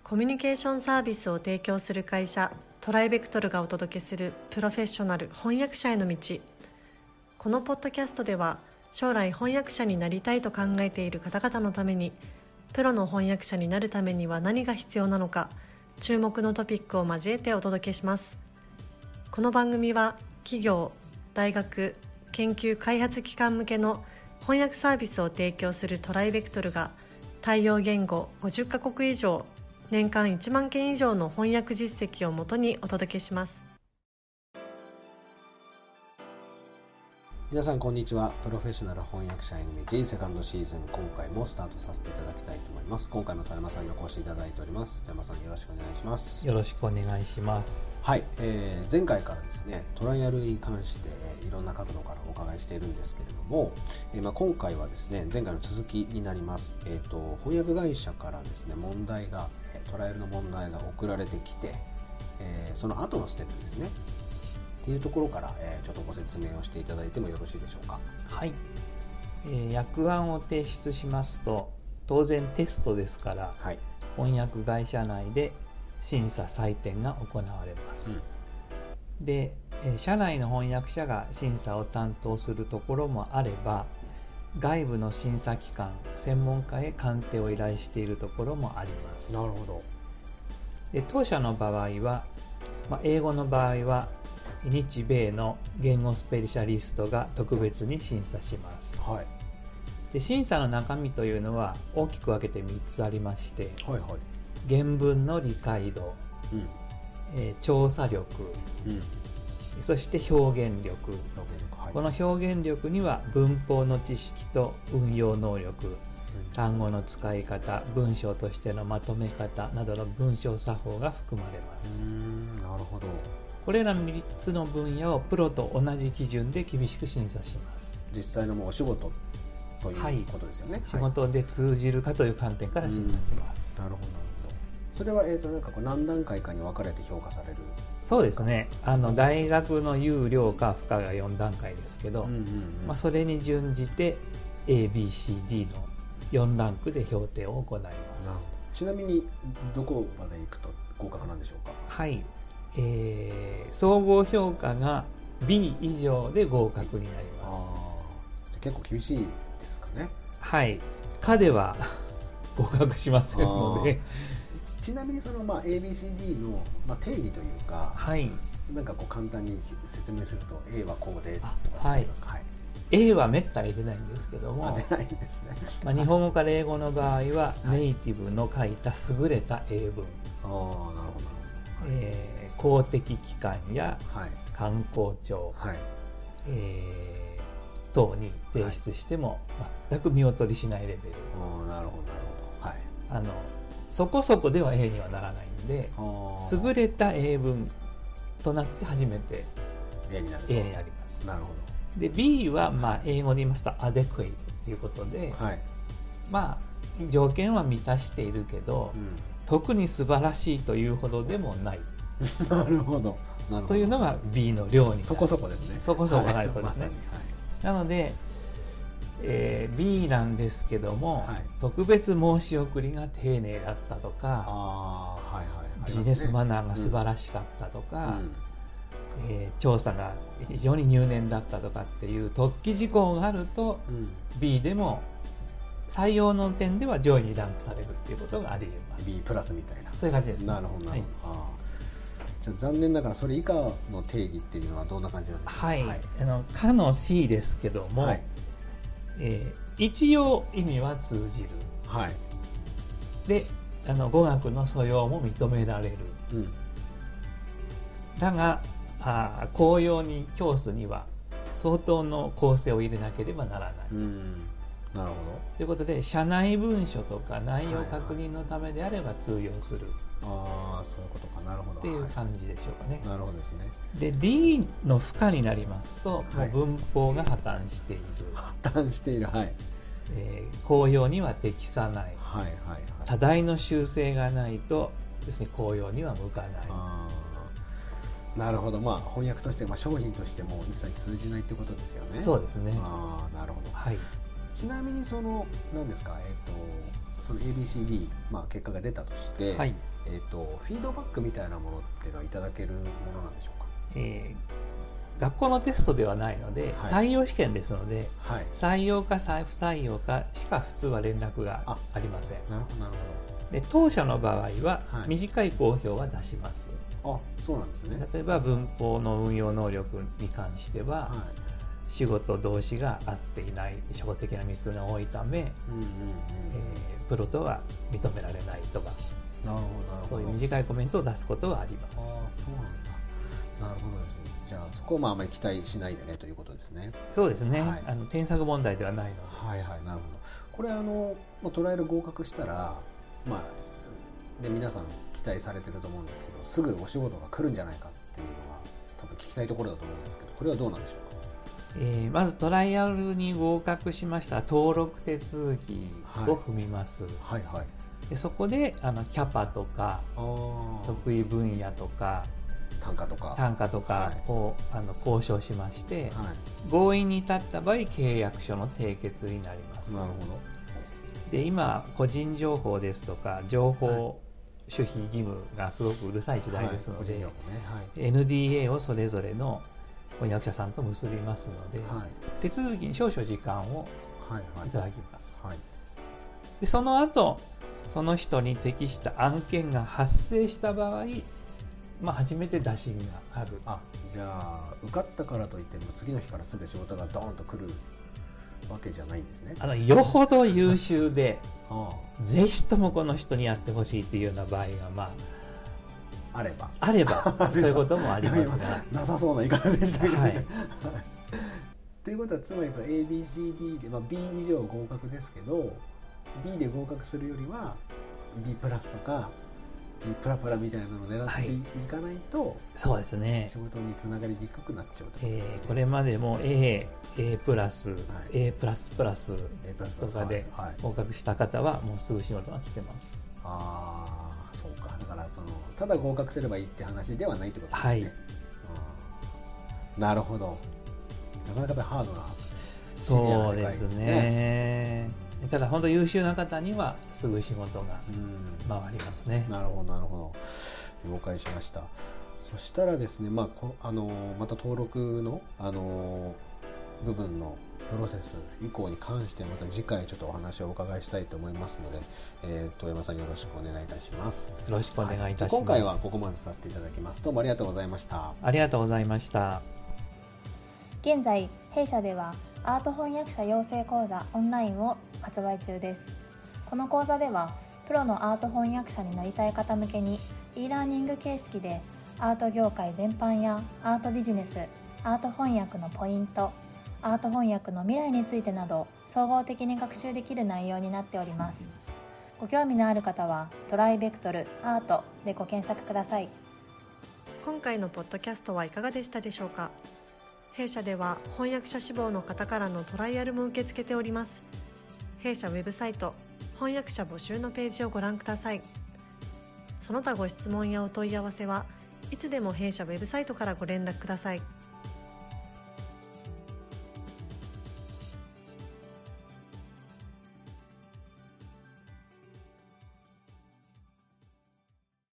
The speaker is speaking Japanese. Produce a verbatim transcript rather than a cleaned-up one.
コミュニケーションサービスを提供する会社トライベクトルがお届けするプロフェッショナル翻訳者への道。このポッドキャストでは将来翻訳者になりたいと考えている方々のために、プロの翻訳者になるためには何が必要なのか、注目のトピックを交えてお届けします。この番組は企業、大学、研究開発機関向けの翻訳サービスを提供するトライベクトルが対応言語ごじゅっカ国以上、年間いちまんけん以上の翻訳実績をもとにお届けします。 皆さんこんにちは。プロフェッショナル翻訳者への道セカンドシーズン、今回もスタートさせていただきたいと思います。今回も富山さんにお越しいただいております。富山さん、よろしくお願いします。 よろしくお願いします。 はい、えー、前回からですね、トライアルに関していろんな角度からお伺いしているんですけれども、えーまあ、今回はですね、前回の続きになります。えーと、翻訳会社からですね、問題がトライアルの問題が送られてきて、えー、その後のステップですねっていうところから、えー、ちょっとご説明をしていただいてもよろしいでしょうか。 はい、えー、訳案を提出しますと、当然テストですから、はい、翻訳会社内で審査採点が行われます、うん、で、えー、社内の翻訳者が審査を担当するところもあれば、外部の審査機関、専門家へ鑑定を依頼しているところもあります。 なるほど。 で、当社の場合は、まあ、英語の場合は日米の言語スペシャリストが特別に審査します、はい、で審査の中身というのは大きく分けてみっつありまして、はいはい、原文の理解度、うんえー、調査力、うん、そして表現力、はい、この表現力には文法の知識と運用能力、うん、単語の使い方、文章としてのまとめ方などの文章作法が含まれます。 うーん、なるほど。 これらみっつの分野をプロと同じ基準で厳しく審査します。 実際のもうお仕事ということですよね、はい、 仕事で通じるかという観点から審査します。 なるほどなるほど。それは、えーと、なんかこう何段階かに分かれて評価される？ そうですね、あの大学の有料か不可がよんだんかいですけど、うんうんうんまあ、それに準じて エービーシーディー のよんランクで評定を行います。 ちなみにどこまで行くと合格なんでしょうか？ はい、えー、総合評価が ビー 以上で合格になります。 あ、結構厳しいですかね。 はい、科では合格しませんので。 ちなみにその、まあ、エービーシーディー の、まあ、定義というか、はい、なんかこう簡単に説明すると A はこうでとか、はい、はい、 A はめったに出ないんですけども、 出ないんですね。 まあ、日本語から英語の場合はネイティブの書いた優れた英文、 あ、なるほど、 えー、公的機関や観光庁、はい、えー、等に提出しても全く見劣りしないレベル、 はい、なるほどなるほど、はい、 あのそこそこでは A にはならないんで、優れた英文となって初めて A になる A になります。 なるほど。 で B はまあ英語で言いますと adequate ということで、はい、まあ条件は満たしているけど、うん、特に素晴らしいというほどでもないなるほど、なるほどというのが B の量になる。 そこそこですね。 そこそこなることですね、はい、なので、えー、B なんですけども、はい、特別申し送りが丁寧だったとか、あ、はいはい、ビジネスマナーが素晴らしかったとか、うん、えー、調査が非常に入念だったとかっていう特記事項があると、うん、B でも採用の点では上位にランクされるっていうことがあり得ます。 B プラスみたいな、 そういう感じですね。 なるほどなるほど、はい、あ、じゃあ残念ながらそれ以下の定義っていうのはどんな感じなんですか？ はい、はい、あのかの C ですけども、はい、えー、一応意味は通じる、はい、であの語学の素養も認められる、うん、だがあ公用に教すには相当の構成を入れなければならない、うん、 なるほど。 ということで社内文書とか内容確認のためであれば通用する、 はいはい、あ、そういうことか、なるほどっていう感じでしょうかね、 はい、なるほどですね。 で D の不可になりますと、はい、もう文法が破綻している、 破綻している、はい、 えー、公用には適さない、はいはいはい、多大の修正がないと要するに公用には向かない。 あ、なるほど、まあ、翻訳として、まあ、商品としても一切通じないということですよね。 そうですね。 あ、なるほど、 はい、 ちなみにその何ですか、えーとその エービーシーディー、まあ、結果が出たとして、はい、えーと、フィードバックみたいなものっていうのはいただけるものなんでしょうか。 えー、学校のテストではないので、はい、採用試験ですので、はい、採用か不採用かしか普通は連絡がありません。 なるほどなるほど。 で当社の場合は短い公表は出します。 はい、あ、そうなんですね。 例えば文法の運用能力に関しては、はい、仕事同士が合っていない初歩的なミスが多いため、うんうんうん、えー、プロとは認められないとか、 なるほどなるほど、 そういう短いコメントを出すことはあります。 あ、そうなんだ。なるほどですね。じゃあそこをまああまり期待しないでねということですね。 そうですね、はい、あの添削問題ではないので。 はいはい、なるほど。これあのトライアル合格したら、まあ、で皆さん期待されてると思うんですけど、すぐお仕事が来るんじゃないかっていうのは多分聞きたいところだと思うんですけど、これはどうなんでしょうか。 えー、まずトライアルに合格しましたら登録手続きを踏みます。はいはいはい、でそこであのキャパとか得意分野とか単価とか単価とかを、はい、あの交渉しまして、はい、合意に至った場合契約書の締結になります。 なるほど。 で今個人情報ですとか情報守秘義務がすごくうるさい時代ですので、はいはい、エヌディーエー をそれぞれの翻訳者さんと結びますので、はい、手続きに少々時間をいただきます。はいはい、でその後その人に適した案件が発生した場合、まあ、初めて打診がある。 あ、じゃあ受かったからといっても次の日からすぐ仕事がドーンと来るわけじゃないんですね。 あのよほど優秀でぜひともこの人にやってほしいっていうような場合がまああればあればそういうこともありますがなさそうな言い方でしたけどね。はい、ということはつまり エービーシーディー で、まあ、ビー 以上合格ですけど ビー で合格するよりは ビー プラスとか ビー プラプラみたいなのを狙っていかないと、はい、 そうですね、 仕事につながりにくくなっちゃうと、 ね、えー、これまでも A、A プラス、はい、A プラスプラスとかで合格した方はもうすぐ仕事が来てます。 ああ、そうか。だからそのただ合格すればいいって話ではないってことですね。はい、なるほど。なかなかハードなシビアな世界ですね。そうですね。 ただ本当優秀な方にはすぐ仕事が回りますね。 なるほどなるほど、了解しました。そしたらですね、まあ、こあのまた登録の、あの部分のプロセス以降に関してまた次回ちょっとお話をお伺いしたいと思いますので、えー、遠山さんよろしくお願いいたします。 よろしくお願いいたします。はい、 今回はここまでさせていただきます。どうもありがとうございました。 ありがとうございました。 現在弊社ではアート翻訳者養成講座オンラインを発売中です。この講座ではプロのアート翻訳者になりたい方向けに e ラーニング形式でアート業界全般やアートビジネス、アート翻訳のポイント、アート翻訳の未来についてなど総合的に学習できる内容になっております。ご興味のある方はトライベクトルアートでご検索ください。 今回のポッドキャストはいかがでしたでしょうか。弊社では翻訳者志望の方からのトライアルも受け付けております。弊社ウェブサイト翻訳者募集のページをご覧ください。その他ご質問やお問い合わせはいつでも弊社ウェブサイトからご連絡ください。